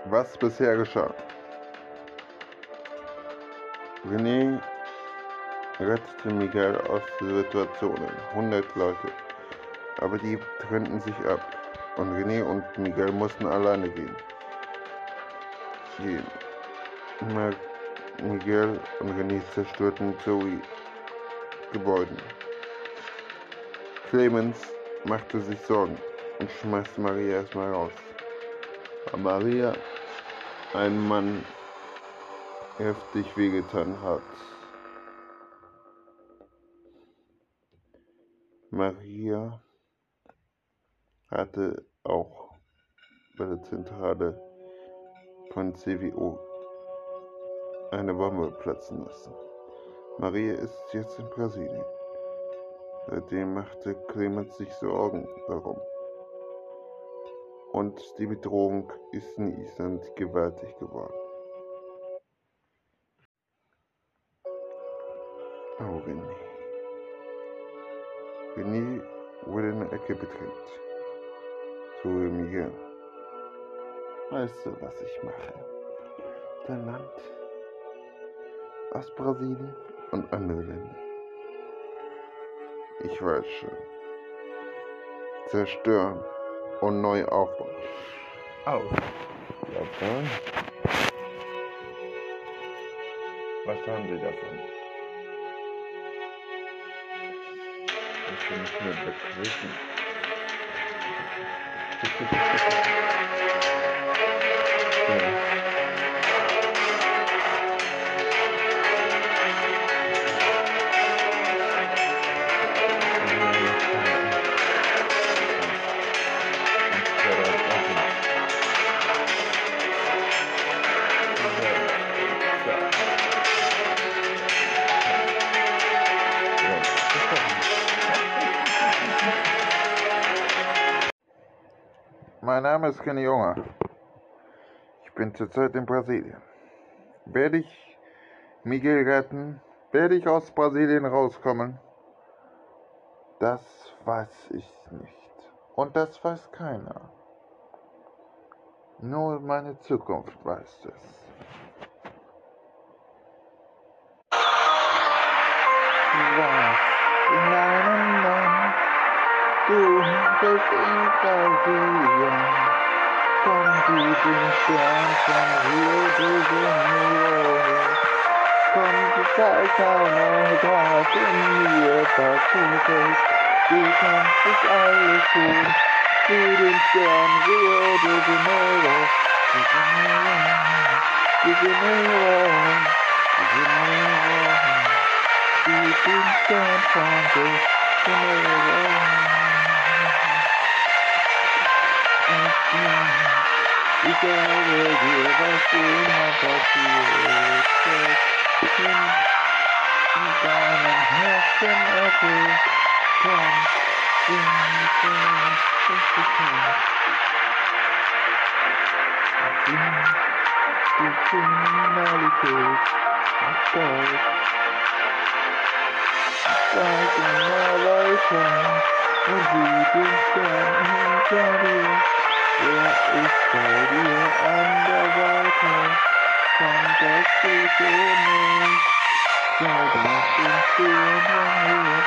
Was bisher geschah. René rettete Miguel aus Situationen, 100 Leute, aber die trennten sich ab und René und Miguel mussten alleine gehen. Miguel und René zerstörten Zoe Gebäude. Clemens machte sich Sorgen und schmeißt Maria erstmal raus. Aber Maria einem Mann heftig wehgetan hat. Maria hatte auch bei der Zentrale von CWO eine Bombe platzen lassen. Maria ist jetzt in Brasilien. Seitdem machte Clemens sich Sorgen darum. Und die Bedrohung ist in Island gewaltig geworden. Oh, René. René wurde in der Ecke bedrängt. So Miguel. Weißt du, was ich mache? Dein Land, Ostbrasilien und andere Länder. Ich weiß schon. Zerstören und neu aufbauen. Au. Ja, dann. Was haben Sie davon? Ich bin nicht mehr begriffen. Mein Name ist Kenny Unger. Ich bin zurzeit in Brasilien. Werde ich Miguel retten? Werde ich aus Brasilien rauskommen? Das weiß ich nicht. Und das weiß keiner. Nur meine Zukunft weiß es. Was in einem Land du bist in Brasilien, komm du den Stern von Rio de Janeiro, komm du zeigst eine Tat in mir, was gut ist, du kannst es alles tun, zu den Stern Rio de Janeiro, de Janeiro, de Janeiro, zu den Stern von Janeiro. Ich glaube dir, was immer passiert ist, in deinem Herzen erfüllt, komm, sing mit uns, du kannst. Die Kriminalität erfolgt, zeig immer Leute und sieh den Stern hinter dir. Er ist bei dir an der Seite, komm, das geht nicht. Sei doch den Stirn von hier,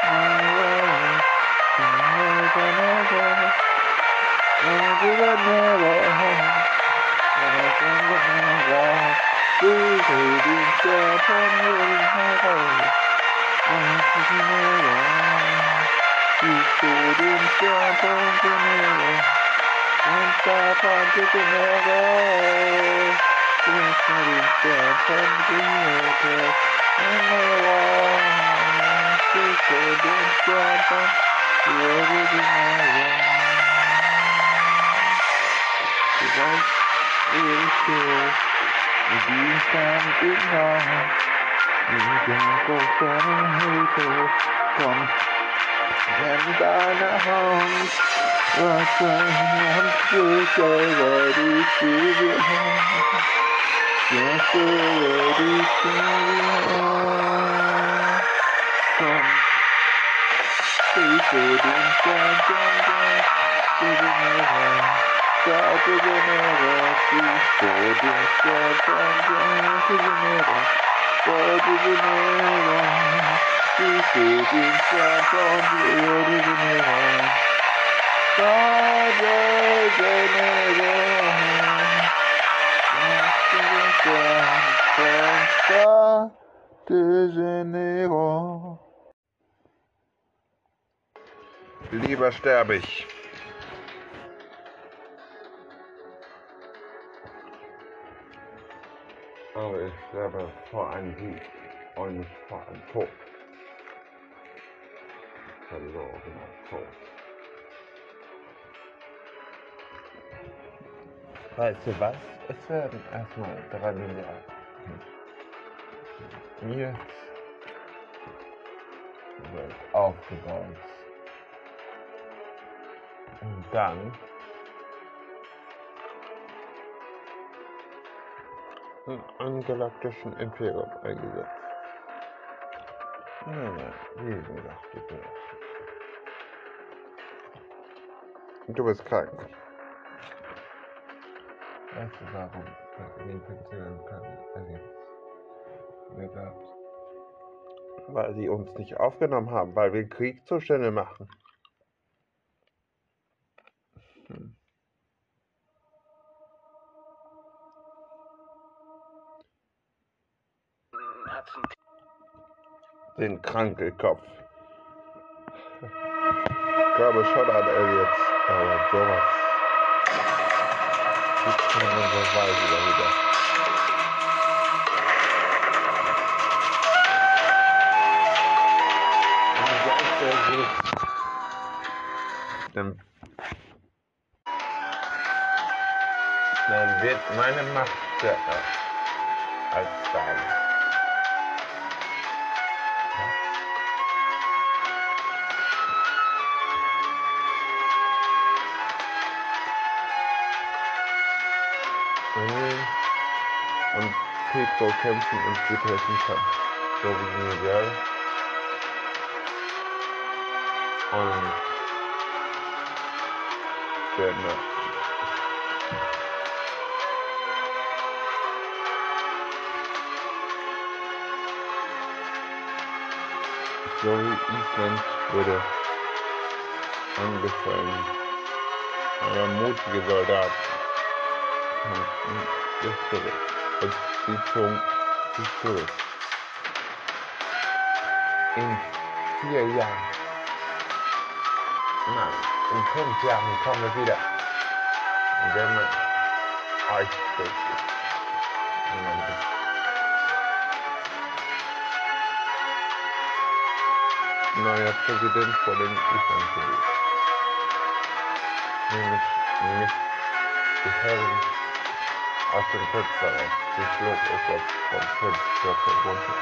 in deiner Hand, was dein Hand sich already see you. Just already see you. Komm, steh vor dem Stern, Stato Genera, Stato Genera, Stato Genera, Stato Genera. Lieber sterbe ich. Aber ich sterbe vor einem Sieg und nicht vor einem Tod. Verlorener Tod. Weißt du was? Es werden erstmal 3 Milliarden. Jetzt wird aufgebaut. Und dann in einem galaktischen Imperium eingesetzt. Nein, wie gesagt, du bist krank. Weißt du warum? Die Prinzessin gesagt. Weil sie uns nicht aufgenommen haben, weil wir Kriegszustände machen. Den Krankelkopf. Ich glaube schon an Aliens, aber sowas. Gibt keine Beweise dahinter. Dann wird meine Macht stärker als deine. Und Petro kämpfen und gut helfen kann. So wie Miguel. Und Bernard. So wie Island wurde angefallen. Aber mutige Soldaten kämpften sich zurück. Und sie zogen sich zurück. In 4 Jahren. Nein, in 5 Jahren kommen wir wieder. Wenn man euch richtig. Neuer Präsident vor den Island gewählt. Nämlich die Herren aus dem Prinzreich. Sie flog es jetzt vom Prinzgürtel runter.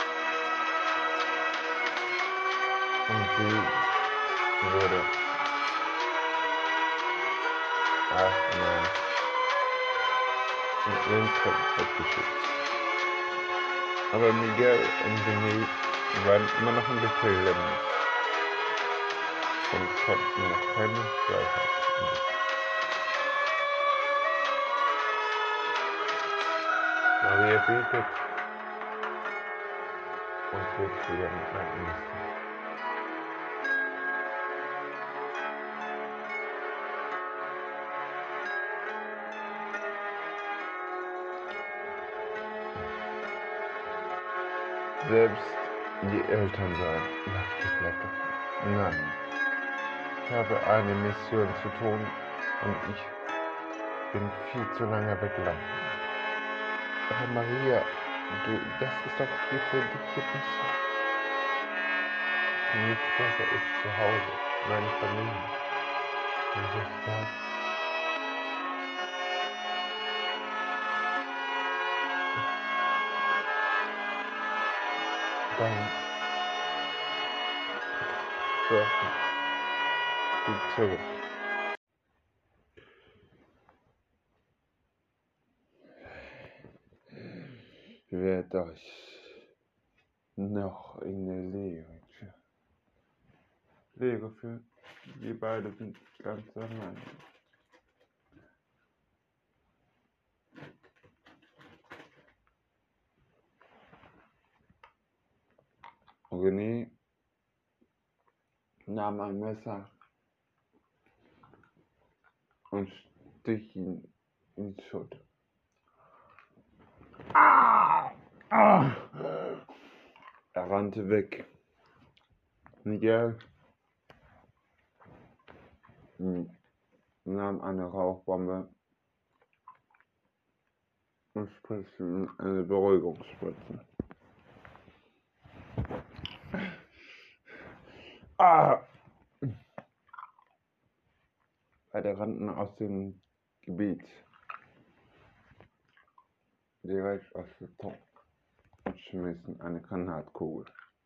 Und sie wurde erstmal in ihren Prinzreich geschickt. Aber Miguel und Denis waren immer noch ein bisschen lämmig und konnten noch keine Freiheit finden. Maria betet und wird zu ihrem Ernsten. Selbst die Eltern sagen, bleib doch. Nein, ich habe eine Mission zu tun und ich bin viel zu lange weggelaufen. Aber Maria, das ist doch hier für dich hier besser. Nichts besser ist zu Hause, meine Familie. Und du sagst, dann wirken du zurück. Ich werde euch noch in der Lehre führen. Wir beide sind ganz allein. René nahm ein Messer und stich ihn in die Schulter. Ah! Ah! Er rannte weg. Miguel nahm eine Rauchbombe und spritzte ihm eine Beruhigungsspritze. Ah! Beide rannten aus dem Gebiet direkt aus der Top und schmissen eine Granatkugel.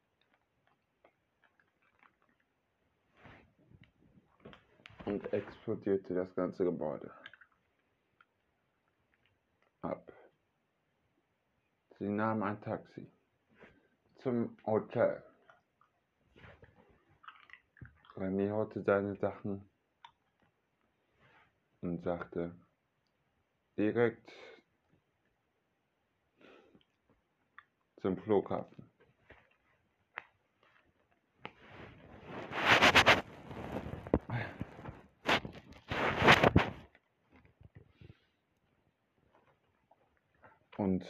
Und explodierte das ganze Gebäude ab. Sie nahm ein Taxi zum Hotel. René holte seine Sachen und sagte direkt zum Flughafen. Und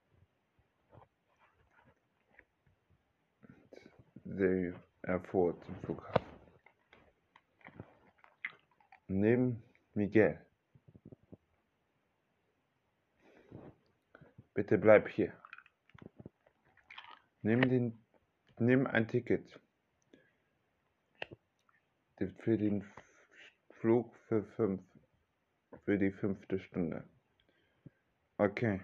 er fuhr zum Flughafen. Neben Miguel. Bitte bleib hier. Nimm ein Ticket für den Flug für die 5. Stunde. Okay.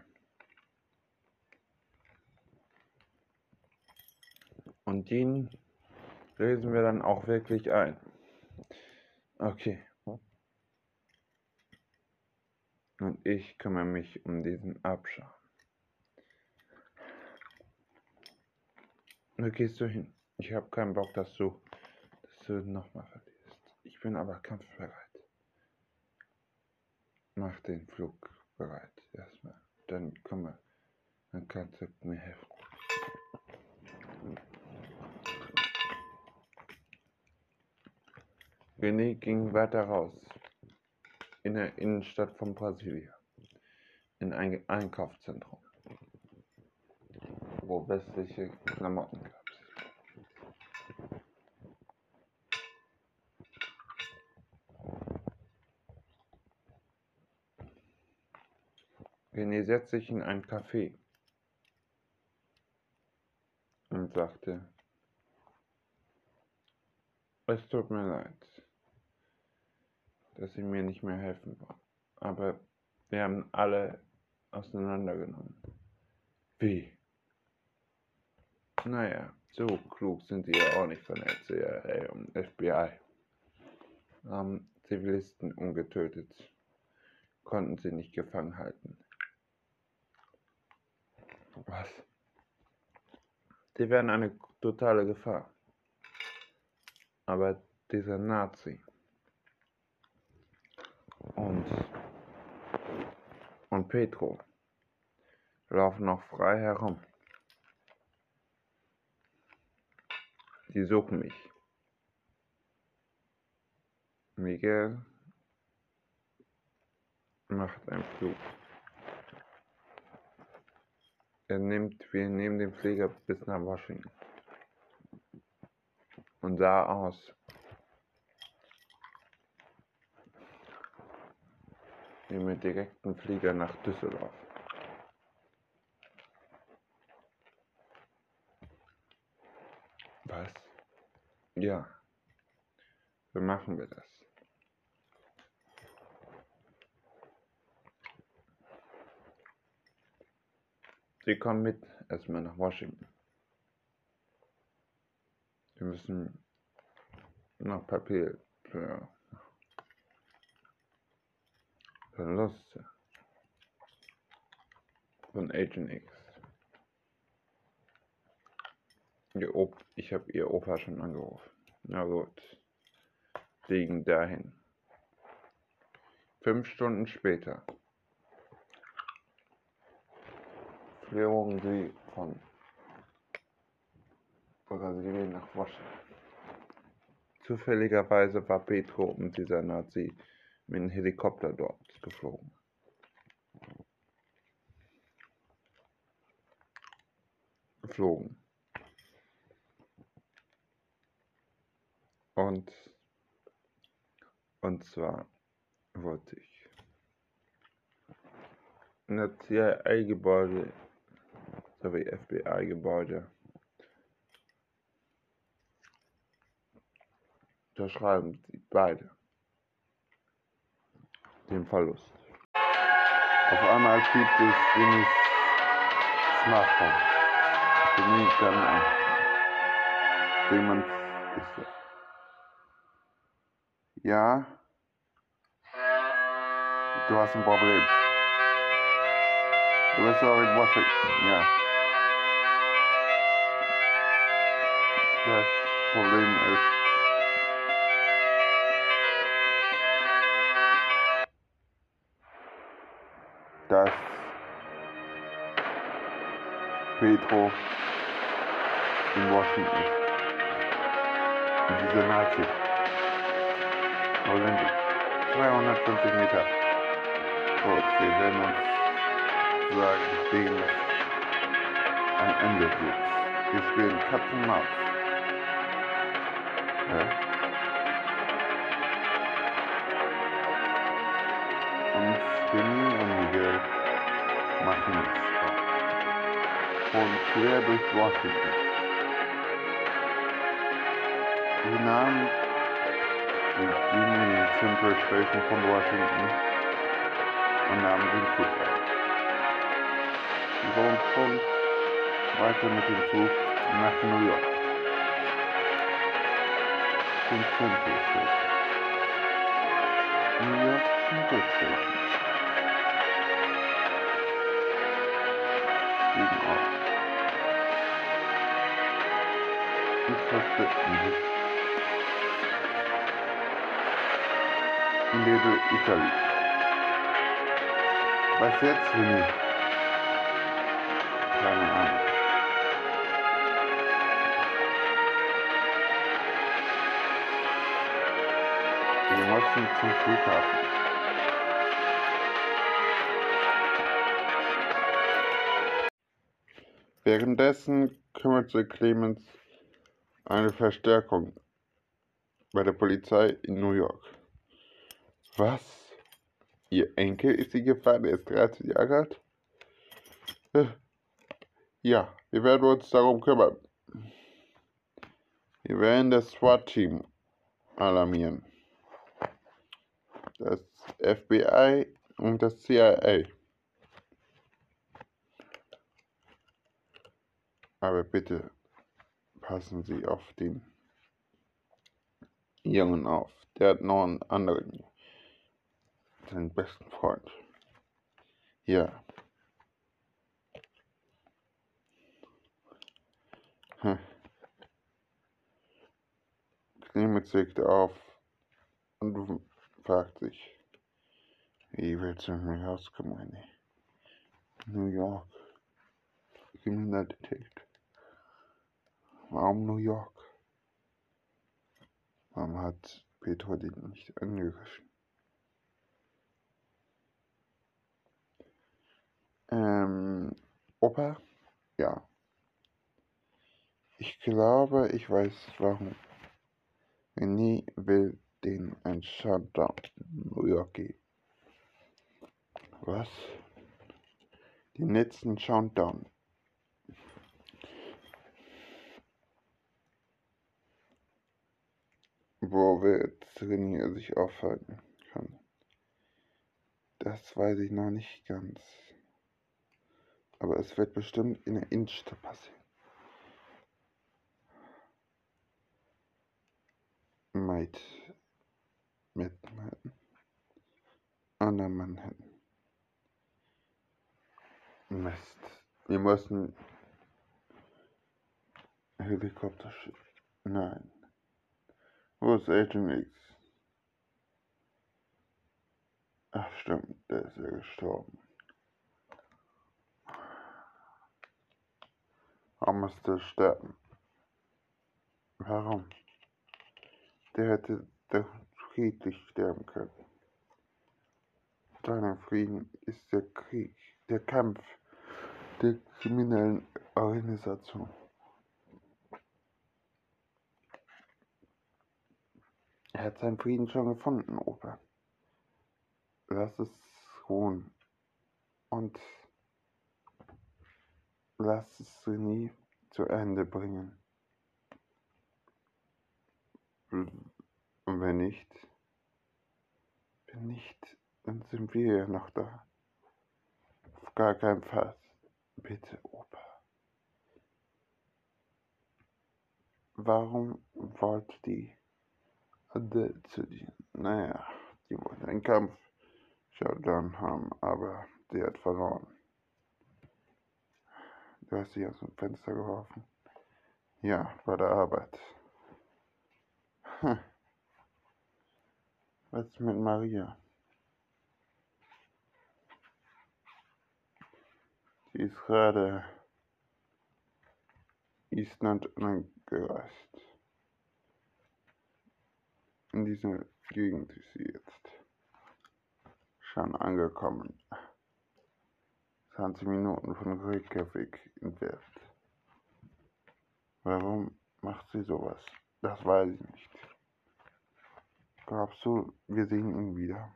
Und den lösen wir dann auch wirklich ein. Okay. Und ich kümmere mich um diesen Abschaum. Wo gehst du hin? Ich habe keinen Bock, dass du nochmal verlierst. Ich bin aber kampfbereit. Mach den Flug bereit erstmal. Dann kannst du mir helfen. René ging weiter raus. In der Innenstadt von Brasilia. In ein Einkaufszentrum. Wo westliche Klamotten gab. René setzte sich in ein Café und sagte, es tut mir leid, dass Sie mir nicht mehr helfen wollen, aber wir haben alle auseinandergenommen. Wie? Naja, so klug sind Sie ja auch nicht von der CIA und FBI. Haben Zivilisten umgetötet, konnten sie nicht gefangen halten. Was? Sie wären eine totale Gefahr. Aber dieser Nazi und Pedro laufen noch frei herum. Die suchen mich. Miguel macht einen Flug. Wir nehmen den Flieger bis nach Washington. Und sah aus wie mit direkten Flieger nach Düsseldorf. Was? Ja, so machen wir das. Sie kommen mit erstmal nach Washington. Wir müssen noch Papier für Verluste von Agent X. Ich habe ihr Opa schon angerufen. Na gut, fliegen dahin. 5 Stunden später flogen sie von Brasilien nach Washington. Zufälligerweise war Petro und dieser Nazi mit einem Helikopter dort geflogen. Und zwar wollte ich in das CIA-Gebäude sowie FBI-Gebäude unterschreiben sie beide den Verlust. Auf einmal piept es Winnies Smartphone. Winnie dann an. Jemand ist da. Ja, du hast ein Problem. Du bist auch in Washington, ja. Das Problem ist, dass Petro in Washington ist. Und diese Nazi. Wo sind die? 250 Meter. Gut, wir werden uns sagen, denen ein Ende sucht. Wir spielen Katz und Maus. Ja. Und Vinny und Miguel machen es auch. Und quer durch Washington. Sie nahmen die Union Central Station von Washington und nahmen den Zug auf. Sie fuhren schon weiter mit dem Zug nach New York. Zum Central Station. New York Central Station. Stiegen auf. Und versteckten sich in Little Italy. Was jetzt, Winnie? Keine Ahnung. Wir mussten zum Flughafen. Währenddessen kümmerte Clemens eine Verstärkung bei der Polizei in New York. Was? Ihr Enkel ist die Gefahr, der ist 13 Jahre alt? Ja, wir werden uns darum kümmern. Wir werden das SWAT-Team alarmieren. Das FBI und das CIA. Aber bitte passen Sie auf den Jungen auf. Der hat noch einen anderen, seinen besten Freund. Ja. Clemens legte auf und fragt sich, wie willst du mit mir rauskommen, René? New York. Kriminalität. Warum New York? Warum hat Petro den nicht angegriffen? Opa? Ja. Ich glaube, ich weiß warum. René will den ein Shutdown in New York geben. Was? Den letzten Countdown. Wo wird René sich aufhalten kann. Das weiß ich noch nicht ganz. Aber es wird bestimmt in der Innenstadt passieren. Mit Manhattan. An der Manhattan. Mist. Wir müssen Helikopter schicken. Nein. Wo ist Agent X? Ach stimmt, der ist ja gestorben. Warum musste er sterben? Warum? Der hätte doch friedlich sterben können. Dein Frieden ist der Krieg, der Kampf der kriminellen Organisation. Er hat seinen Frieden schon gefunden, Opa. Lass es ruhen und lass es nie zu Ende bringen. Und wenn nicht, dann sind wir ja noch da. Auf gar keinen Fall. Bitte, Opa. Warum wollte die Adele zu dir? Naja, die wollte einen Kampf Showdown haben, aber sie hat verloren. Du hast sie aus dem Fenster geworfen? Ja, bei der Arbeit. Hm. Was ist mit Maria? Sie ist gerade Island angereist. In dieser Gegend ist sie jetzt schon angekommen. 20 Minuten von Reykjavik entfernt. Warum macht sie sowas? Das weiß ich nicht. Glaubst du, wir sehen ihn wieder?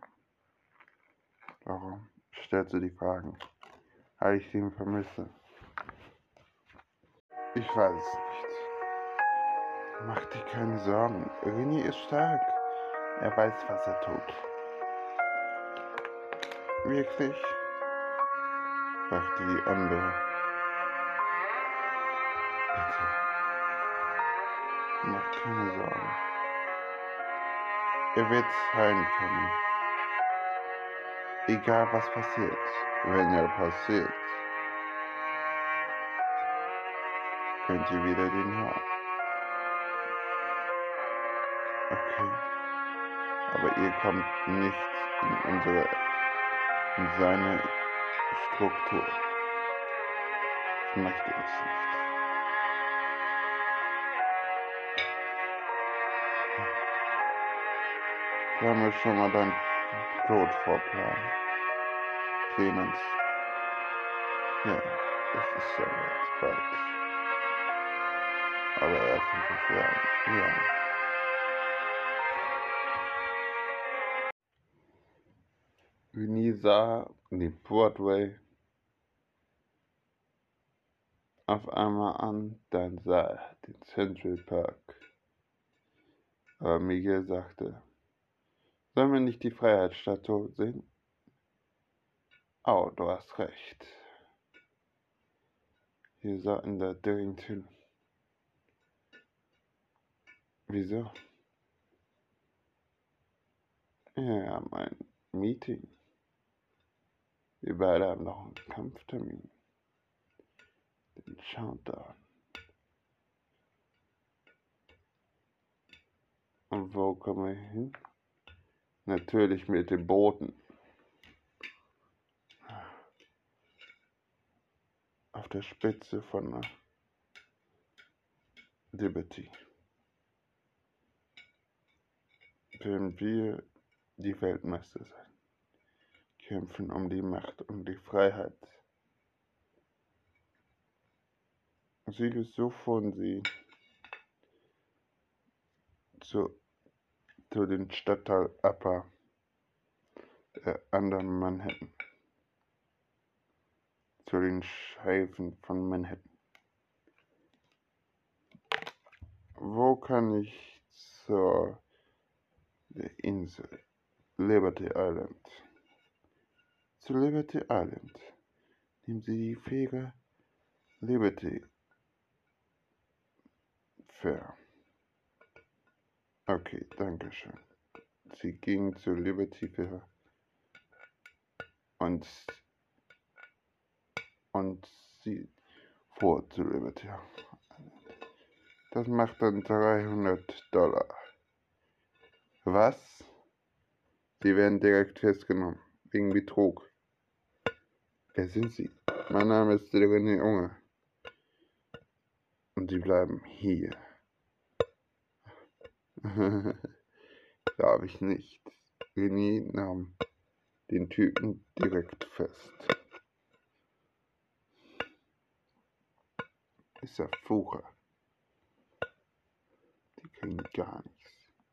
Warum stellst du die Fragen? Weil ich ihn vermisse. Ich weiß es nicht. Mach dir keine Sorgen. René ist stark. Er weiß, was er tut. Wirklich? Fragte die andere. Bitte. Mach keine Sorgen. Er wird heimkommen. Egal was passiert. Wenn er passiert, könnt ihr wieder den hören. Okay. Aber ihr kommt nicht in seine Struktur. Ich möchte es nicht. Können wir schon mal deinen Tod vorplanen? Clemens. Ja, es ist soweit, bald. Aber erst in 5 Jahren. Ja. René sah den Broadway auf einmal an, dann sah er den Central Park. Aber Miguel sagte, sollen wir nicht die Freiheitsstatue sehen? Oh, du hast recht. Wir sollten da dringend hin. Wieso? Ja, wir haben ein Meeting. Wir beide haben noch einen Kampftermin. Den Countdown. Und wo kommen wir hin? Natürlich mit den Booten. Auf der Spitze von der Liberty. Werden wir die Weltmeister sein. Kämpfen um die Macht und die Freiheit. So fuhren sie zu den Stadtteil Upper anderen Manhattan. Zu den Häfen von Manhattan. Wo kann ich zur Insel Liberty Island? Zu Liberty Island. Nehmen Sie die Fähre Liberty Fair. Okay, danke schön. Sie ging zu Liberty Fair und sie fuhr zu Liberty. Das macht dann $300. Was? Sie werden direkt festgenommen, wegen Betrug. Wer sind Sie? Mein Name ist René Unger. Und Sie bleiben hier. Darf ich nicht. René nahm den Typen direkt fest. Dieser Fuhrer. Die kriegen gar nichts.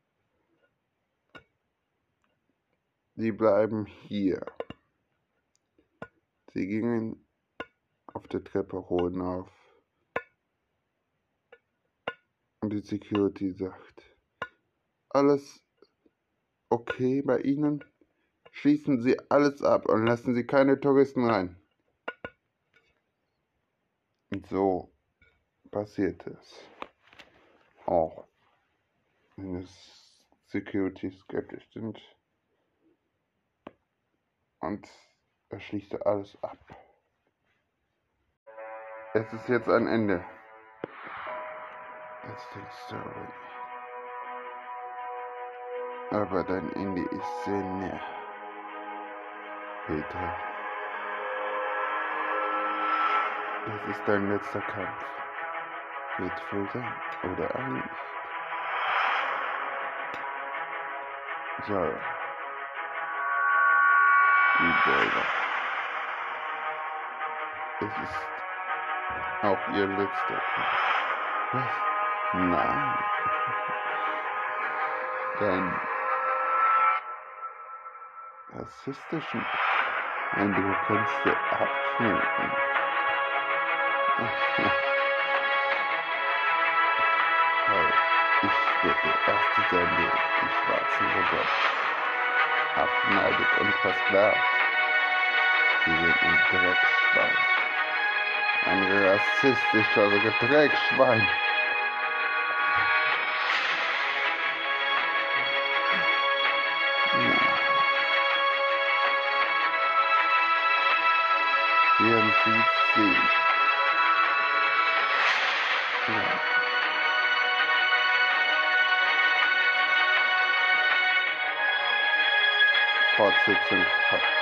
Sie bleiben hier. Sie gingen auf der Treppe hoch hinauf. Und die Security sagt, alles okay bei Ihnen? Schließen Sie alles ab und lassen Sie keine Touristen rein. Und so passiert es. Auch wenn es Security skeptisch sind. Und er schließt alles ab. Es ist jetzt ein Ende. Jetzt denkst du, aber dein Ende ist sehr nah. Peter, das ist dein letzter Kampf. Wird wohl sein, oder auch nicht. Sarah, die Bürger. Es ist auch ihr letzter Kampf. Was? Nein. Dein rassistischen Eindruck kannst du abschminken. Weil ich werde der Erste sein, der die schwarzen Roboter abneidet und versklavt. Sie sind ein Dreckschwein. Ein rassistischer Dreckschwein. Werden Sie sehen. Ja. Fortsetzung